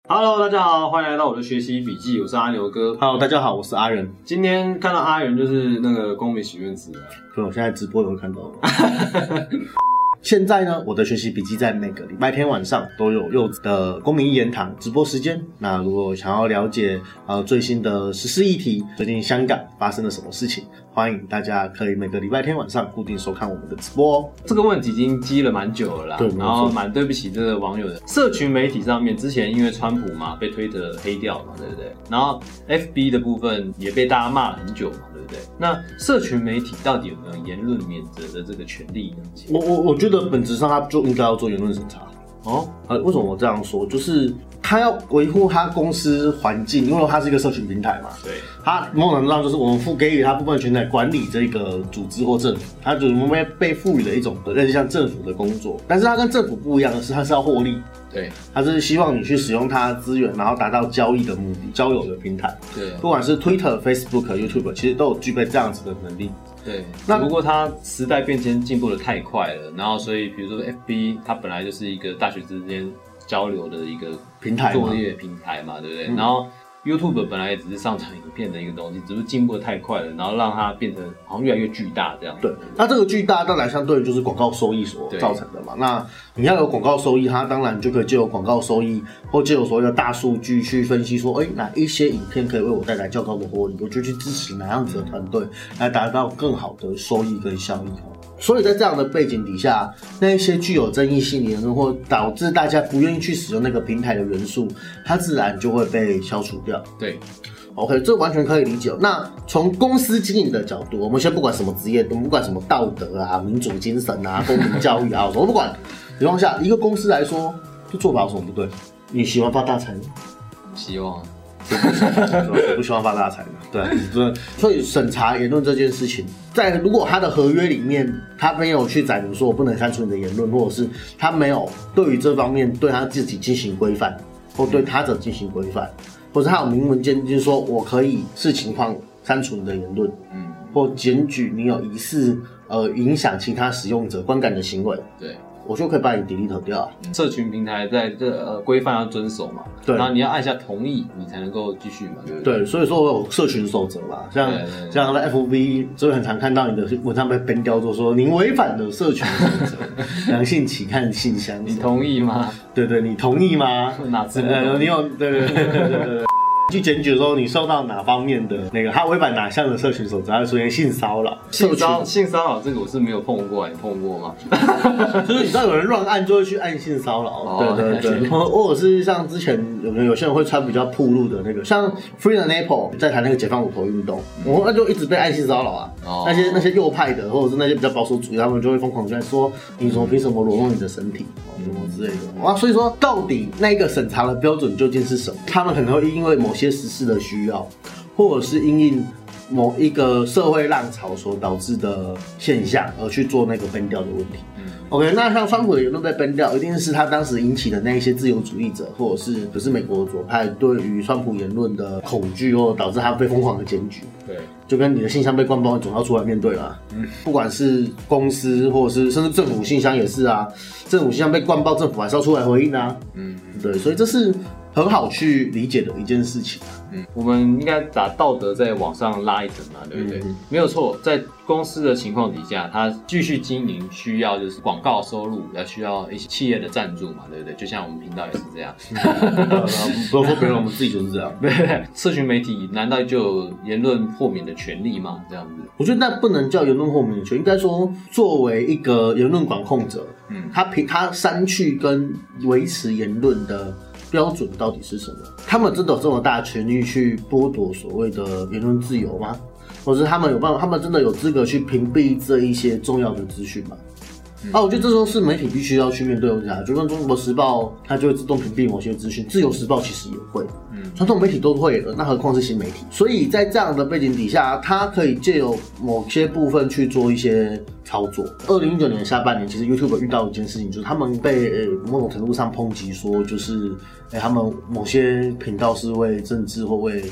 Hello， 大家好，欢迎来到我的学习笔记，我是阿牛哥。 Hello， 大家好，我是阿仁。 今天看到阿仁就是那个公民许愿池， 对，我现在直播也会看到了。现在呢，我的学习笔记在每个礼拜天晚上都有柚子的公民一言堂直播时间。那如果想要了解最新的时事议题，最近香港发生了什么事情，欢迎大家可以每个礼拜天晚上固定收看我们的直播哦。 这个问题已经积了蛮久了啦， 对， 然后蛮对不起这个网友的。社群媒体上面之前因为川普嘛被推特黑掉嘛，对不对？然后 FB 的部分也被大家骂了很久嘛，对不对？那社群媒体到底有没有言论免责的这个权利呢？ 我觉得本质上他就应该要做言论审查。为什么我这样说？就是他要维护他公司环境，因为他是一个社群平台嘛。 对， 他某种程度上就是我们给予他部分权来管理这个组织或政府，他就是被赋予了一种类似像政府的工作，但是他跟政府不一样的是，他是要获利。 对， 他是希望你去使用他的资源，然后达到交易的目的，交友的平台。 对， 不管是 Twitter、Facebook、YouTube， 其实都有具备这样子的能力。 对，只不过它时代变迁进步的太快了，然后所以比如说 FB， 它本来就是一个大学之间交流的一个平台作业平台嘛，对不对？然后 YouTube 本来也只是上传影片的一个东西，只是进步的太快了，然后让它变成好像越来越巨大这样。 对，那这个巨大当然相对于就是广告收益所造成的嘛。那你要有广告收益，它当然就可以借由广告收益或借由所谓的大数据去分析说，哪一些影片可以为我带来较高的获利，我就去支持哪样子的团队来达到更好的收益跟效益。所以在这样的背景底下，那一些具有争议性的言论或导致大家不愿意去使用那个平台的元素，它自然就会被消除掉。对 ，OK， 这完全可以理解。那从公司经营的角度，我们先不管什么职业，我们不管什么道德啊、民主精神啊、公民教育啊，我们不管。情况下，一个公司来说，这做法有什么不对？你喜欢发大财吗？ 希望。 我不希望发大财的，对，所以审查言论这件事情，如果他的合约里面他没有去载明说我不能删除你的言论，或者是他没有对于这方面对他自己进行规范，或对他者进行规范，或者他有明文监就是说我可以视情况删除你的言论，或检举你有疑似影响其他使用者观感的行为，对。我就可以把你 delete 掉啊。 社群平台在这规范要遵守嘛，对，然后你要按下同意，你才能够继续嘛，对不对？ 对，所以说我有社群守则嘛，像在 FB 就会很常看到你的文章被 ban 掉，说您违反了社群守则，良性期刊信箱， 你同意吗？ 对，你同意吗？ 哪次？ 你有对。去检举的时候，你受到哪方面的那个，他违反哪项的社群守则，他会出现性骚扰。 性骚扰这个我是没有碰过，你碰过吗？ 就是你知道有人乱按就会去按性骚扰，对，或者是像之前有些人会穿比较暴露的那个，像 Free the Nipple 在谈那个解放乳头运动，那就一直被按性骚扰啊。那些右派的或者是那些比较保守主义，他们就会疯狂在说你凭什么裸露你的身体什么之类的。所以说到底那个审查的标准究竟是什么？他们可能会因为某些时事的需要，或者是因应某一个社会浪潮所导致的现象而去做那个 ban 掉的问题。OK， 那像川普的言论被 ban 掉，一定是他当时引起的那一些自由主义者，或者是美国左派对于川普言论的恐惧，或导致他被疯狂的检举。对，就跟你的信箱被灌爆，你总要出来面对嘛。不管是公司，或者是甚至政府信箱也是啊，政府信箱被灌爆，政府还是要出来回应啊。对，所以这是很好去理解的一件事情。 我们应该把道德再往上拉一层嘛，对不对？没有错，在公司的情况底下，它继续经营需要就是广告收入，要需要一些企业的赞助嘛，对不对？就像我们频道也是这样。 不要说别人，我们自己就是这样。 对，社群媒体难道就有言论豁免的权利吗？这样子， 我觉得那不能叫言论豁免的权，应该说作为一个言论管控者，他删去跟维持言论的标准到底是什么？他们真的有这么大的权利去剥夺所谓的言论自由吗？或者是他们有办法，他们真的有资格去屏蔽这一些重要的资讯吗？我觉得这都是媒体必须要去面对的问题啊。就跟中国时报，它就会自动屏蔽某些资讯，自由时报其实也会，传统媒体都会了，那何况是新媒体？所以在这样的背景底下，它可以借由某些部分去做一些操作。2019年下半年，其实 YouTube 遇到一件事情，就是他们被某种程度上抨击说，就是他们某些频道是为政治或为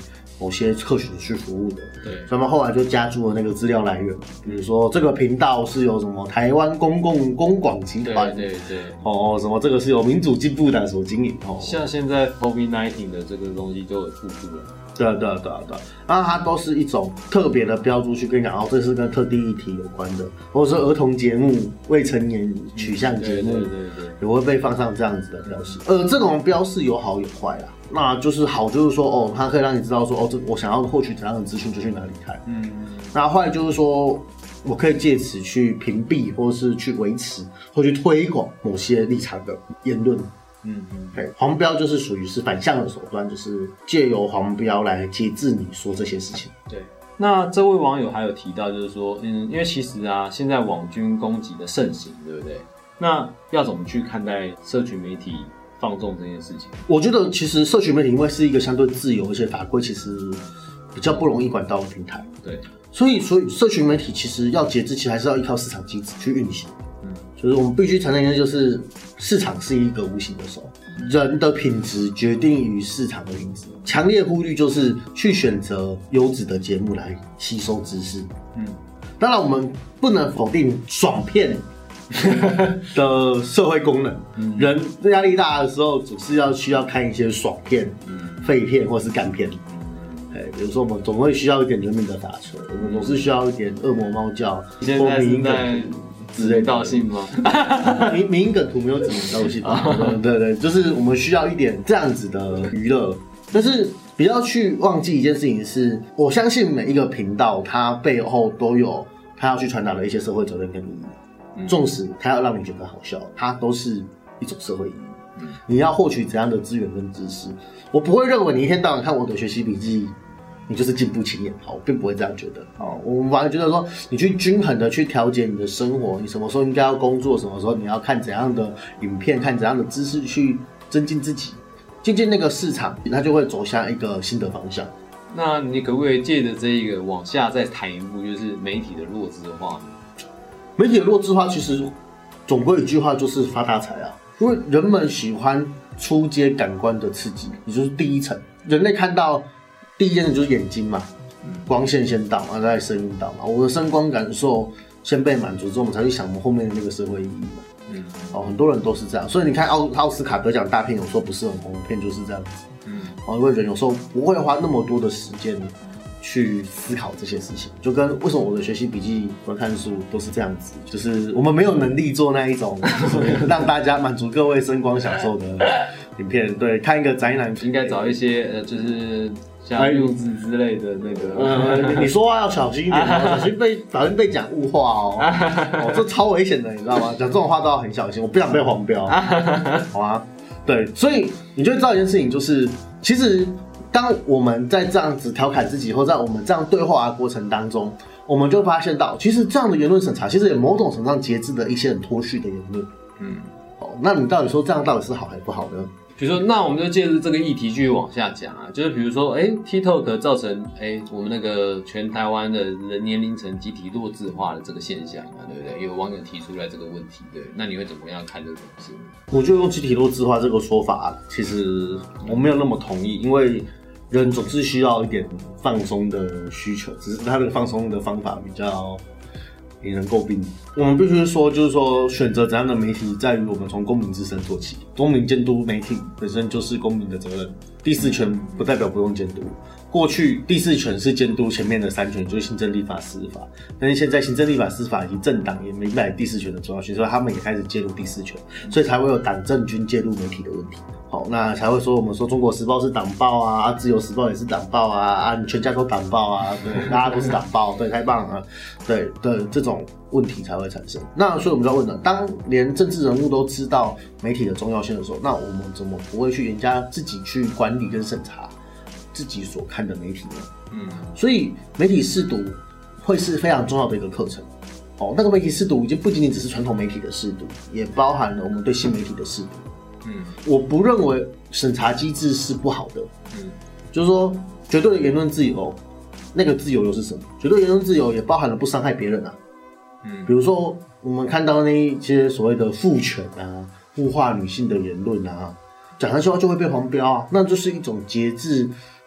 某些客群去服务的。 对， 所以他们后来就加注了那个资料来源，比如说这个频道是由什么台湾公共公广集团， 对， 什么这个是由民主进步党所经营， 像现在 COVID-19 的这个东西就有附注了。 对，那它都是一种特别的标注去跟你讲，这是跟特定议题有关的，或者说儿童节目、未成年取向节目，对，也会被放上这样子的标识。这种标示有好有坏啦。那就是好，就是说它可以让你知道说，这我想要获取怎样的资讯就去哪里看。那坏就是说，我可以借此去屏蔽，或是去维持，或去推广某些立场的言论。对，黄标就是属于是反向的手段，就是借由黄标来节制你说这些事情。 对，那这位网友还有提到，就是说，因为其实啊，现在网军攻击的盛行，对不对？那要怎么去看待社群媒体放纵这件事情？ 我觉得其实社群媒体因为是一个相对自由，而且法规其实比较不容易管到的平台， 对， 所以社群媒体其实要节制，其实还是要依靠市场机制去运行。就是我们必须承认一件，就是市场是一个无形的手，人的品质决定于市场的品质。强烈呼吁就是去选择优质的节目来吸收知识。当然我们不能否定爽片的社会功能。人压力大的时候，总是需要看一些爽片、废片或是干片。比如说我们总会需要一点人民的法锤，我们总是需要一点恶魔猫叫或迷因梗之类道性吗？迷因梗图没有指名道姓。对，就是我们需要一点这样子的娱乐，但是不要去忘记一件事情是，我相信每一个频道它背后都有它要去传达的一些社会责任跟意义。纵使它要让你觉得好笑，它都是一种社会意义。你要获取怎样的资源跟知识，我不会认为你一天到晚看我的学习笔记，你就是进步青年，我并不会这样觉得。我们反而觉得说，你去均衡的去调节你的生活，你什么时候应该要工作，什么时候你要看怎样的影片，看怎样的知识去增进自己，渐渐那个市场它就会走向一个新的方向。 那你可不可以借着这一个往下再谈一步，就是媒体的弱智化？ 媒体的弱智化其实总归一句话就是发大财啊，因为人们喜欢初阶感官的刺激，也就是第一层，人类看到第一件事就是眼睛嘛，光线先到嘛，再声音到嘛，我的声光感受先被满足之后，我们才去想我们后面的那个社会意义嘛。很多人都是这样，所以你看奥斯卡得奖大片有时候不是很红的片就是这样子。因为人有时候不会花那么多的时间去思考这些事情，就跟为什么我的学习笔记、我的看书都是这样子，就是我们没有能力做那一种让大家满足各位声光享受的影片。对，看一个宅男应该找一些就是像柚子之类的那个。你说话要小心一点，小心被讲物化这超危险的，你知道吗？讲这种话都要很小心，我不想被黄标，好吗？对，所以你就会知道一件事情，就是其实当我们在这样子调侃自己，或在我们这样对话的过程当中，我们就发现到，其实这样的言论审查，其实有某种程度上节制了一些很脱序的言论。那你到底说这样到底是好还是不好呢？ 比如说，那我们就借着这个议题继续往下讲啊，就是比如说，TikTok 造成我们那个全台湾的人年龄层集体弱智化的这个现象嘛，对不对？有网友提出来这个问题，对，那你会怎么样看这个东西？ 我觉得用集体弱智化这个说法，其实我没有那么同意，因为人总是需要一点放松的需求，只是他的放松的方法比较引人诟病。我们必须说，就是说选择怎样的媒体，在于我们从公民自身做起。公民监督媒体本身就是公民的责任，第四权不代表不用监督。过去第四权是监督前面的三权，就是行政、立法、司法。但是现在行政、立法、司法以及政党也明白第四权的重要性，所以他们也开始介入第四权，所以才会有党政军介入媒体的问题。好，那才会说我们说中国时报是党报啊，自由时报也是党报啊，你全家都党报啊，对，大家都是党报，对，太棒了，对的，这种问题才会产生。那所以我们就要问了，当连政治人物都知道媒体的重要性的时候，那我们怎么不会去人家自己去管理跟审查自己所看的媒体呢？所以媒体识读会是非常重要的一个课程。那个媒体识读已经不仅仅只是传统媒体的识读，也包含了我们对新媒体的识读。我不认为审查机制是不好的。就是说绝对的言论自由，那个自由又是什么？绝对言论自由也包含了不伤害别人啊。比如说我们看到那一些所谓的父权啊、物化女性的言论啊，讲那些话就会被黄标啊，那就是一种节制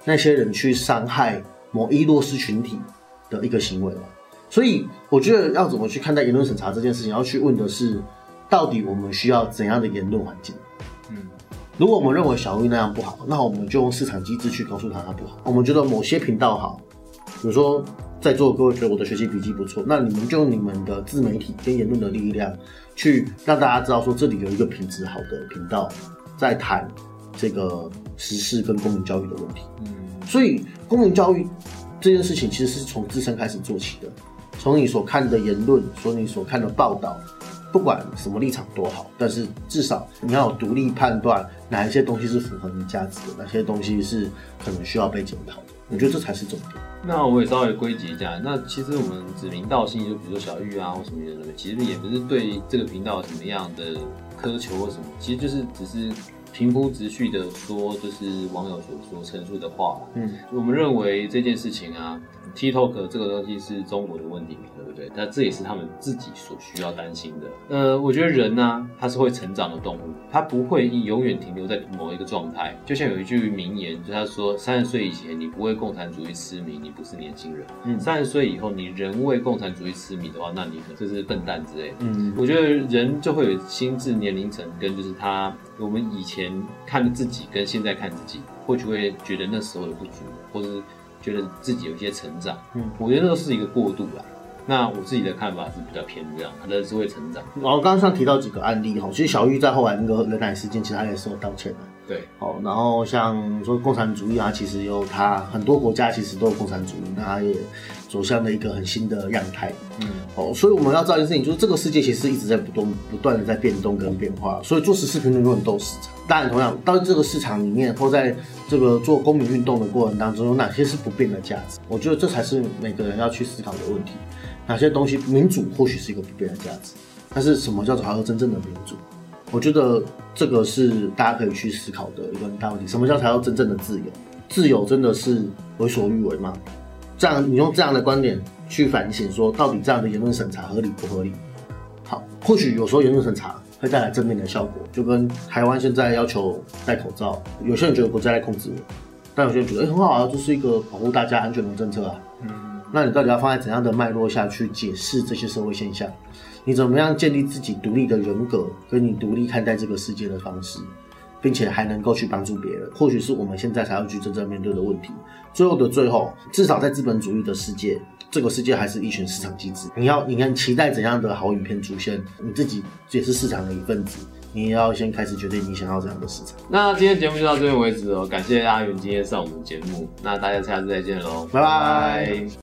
那些人去伤害某一弱势群体的一个行为嘛。所以我觉得要怎么去看待言论审查这件事情，要去问的是，到底我们需要怎样的言论环境？如果我们认为小玉那样不好，那我们就用市场机制去告诉他它不好。我们觉得某些频道好，比如说在座各位觉得我的学习笔记不错，那你们就用你们的自媒体跟言论的力量，去让大家知道说这里有一个品质好的频道在谈这个时事跟公民教育的问题。所以公民教育这件事情其实是从自身开始做起的，从你所看的言论，从你所看的报道。不管什么立场多好，但是至少你要有独立判断哪一些东西是符合你价值的，哪些东西是可能需要被检讨的。我觉得这才是重点。 那我也稍微归结一下，那其实我们指名道姓，就比如说小玉啊或什么的，其实也不是对这个频道有什么样的苛求或什么，其实就是只是平铺直叙的说，就是网友所陈述的话。我们认为这件事情啊 ，TikTok 这个东西是中国的问题，对不对？那这也是他们自己所需要担心的。我觉得人啊，他是会成长的动物，他不会永远停留在某一个状态。就像有一句名言，就是他说：30岁以前你不为共产主义痴迷，你不是年轻人；30岁以后你仍为共产主义痴迷的话，那你可能就是笨蛋之类的。我觉得人就会有心智年龄层跟就是我们以前看自己跟现在看自己，或许会觉得那时候的不足，或是觉得自己有一些成长。我觉得那都是一个过渡啦。那我自己的看法是比较偏这样，他的是会成长。 然后刚刚像提到几个案例哈，其实小玉在后来那个人奶事件，其实他也是有道歉的。 对， 好，然后像说共产主义啊，其实有他很多国家其实都有共产主义，那他也走向了一个很新的样态。所以我们要知道一件事情，就是这个世界其实一直在不断的在变动跟变化，所以做时事评论永远都有市场。当然，同样到这个市场里面，或在这个做公民运动的过程当中，有哪些是不变的价值？我觉得这才是每个人要去思考的问题。哪些东西，民主或许是一个不变的价值，但是什么叫做才是真正的民主？我觉得这个是大家可以去思考的一个大问题。什么叫才叫真正的自由？自由真的是为所欲为吗？这样你用这样的观点去反省，说到底这样的言论审查合理不合理？好，或许有时候言论审查会带来正面的效果，就跟台湾现在要求戴口罩，有些人觉得国家在控制我，但有些人觉得很好啊，这是一个保护大家安全的政策啊。那你到底要放在怎样的脉络下去解释这些社会现象？你怎么样建立自己独立的人格，跟你独立看待这个世界的方式，并且还能够去帮助别人？或许是我们现在才要去真正面对的问题。最后的最后，至少在资本主义的世界，这个世界还是依循市场机制。你看期待怎样的好影片出现，你自己也是市场的一份子。你也要先开始决定你想要怎样的市场。 那今天节目就到这边为止哦，感谢阿元今天上我们节目，那大家下次再见喽， 拜拜。